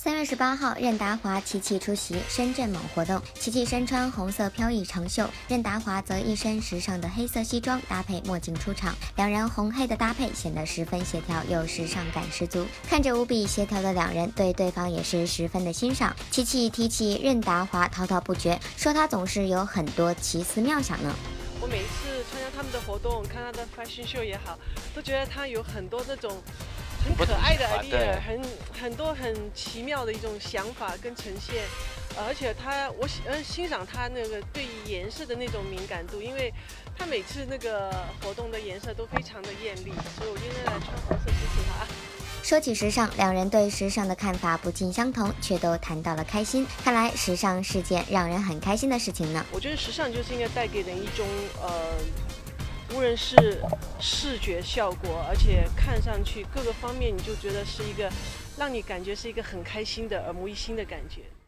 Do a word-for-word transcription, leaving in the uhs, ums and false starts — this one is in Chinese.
三月十八号，任达华、琪琪出席深圳某活动。琪琪身穿红色飘逸长袖，任达华则一身时尚的黑色西装搭配墨镜出场，两人红黑的搭配显得十分协调又时尚感十足。看着无比协调的两人，对对方也是十分的欣赏。琪琪提起任达华滔滔不绝，说他总是有很多奇思妙想呢。 我每次参加他们的活动，看他的 fashion show 也好，都觉得他有很多那种很可爱的 idea， 很很多很奇妙的一种想法跟呈现，呃、而且他我喜呃欣赏他那个对于颜色的那种敏感度，因为他每次那个活动的颜色都非常的艳丽，所以我今天来穿红色支持他。 说起时尚，两人对时尚的看法不尽相同，却都谈到了开心。看来时尚是件让人很开心的事情呢。 我觉得时尚就是应该带给人一种呃，无论是视觉效果，而且看上去各个方面，你就觉得是一个让你感觉是一个很开心的耳目一新的感觉。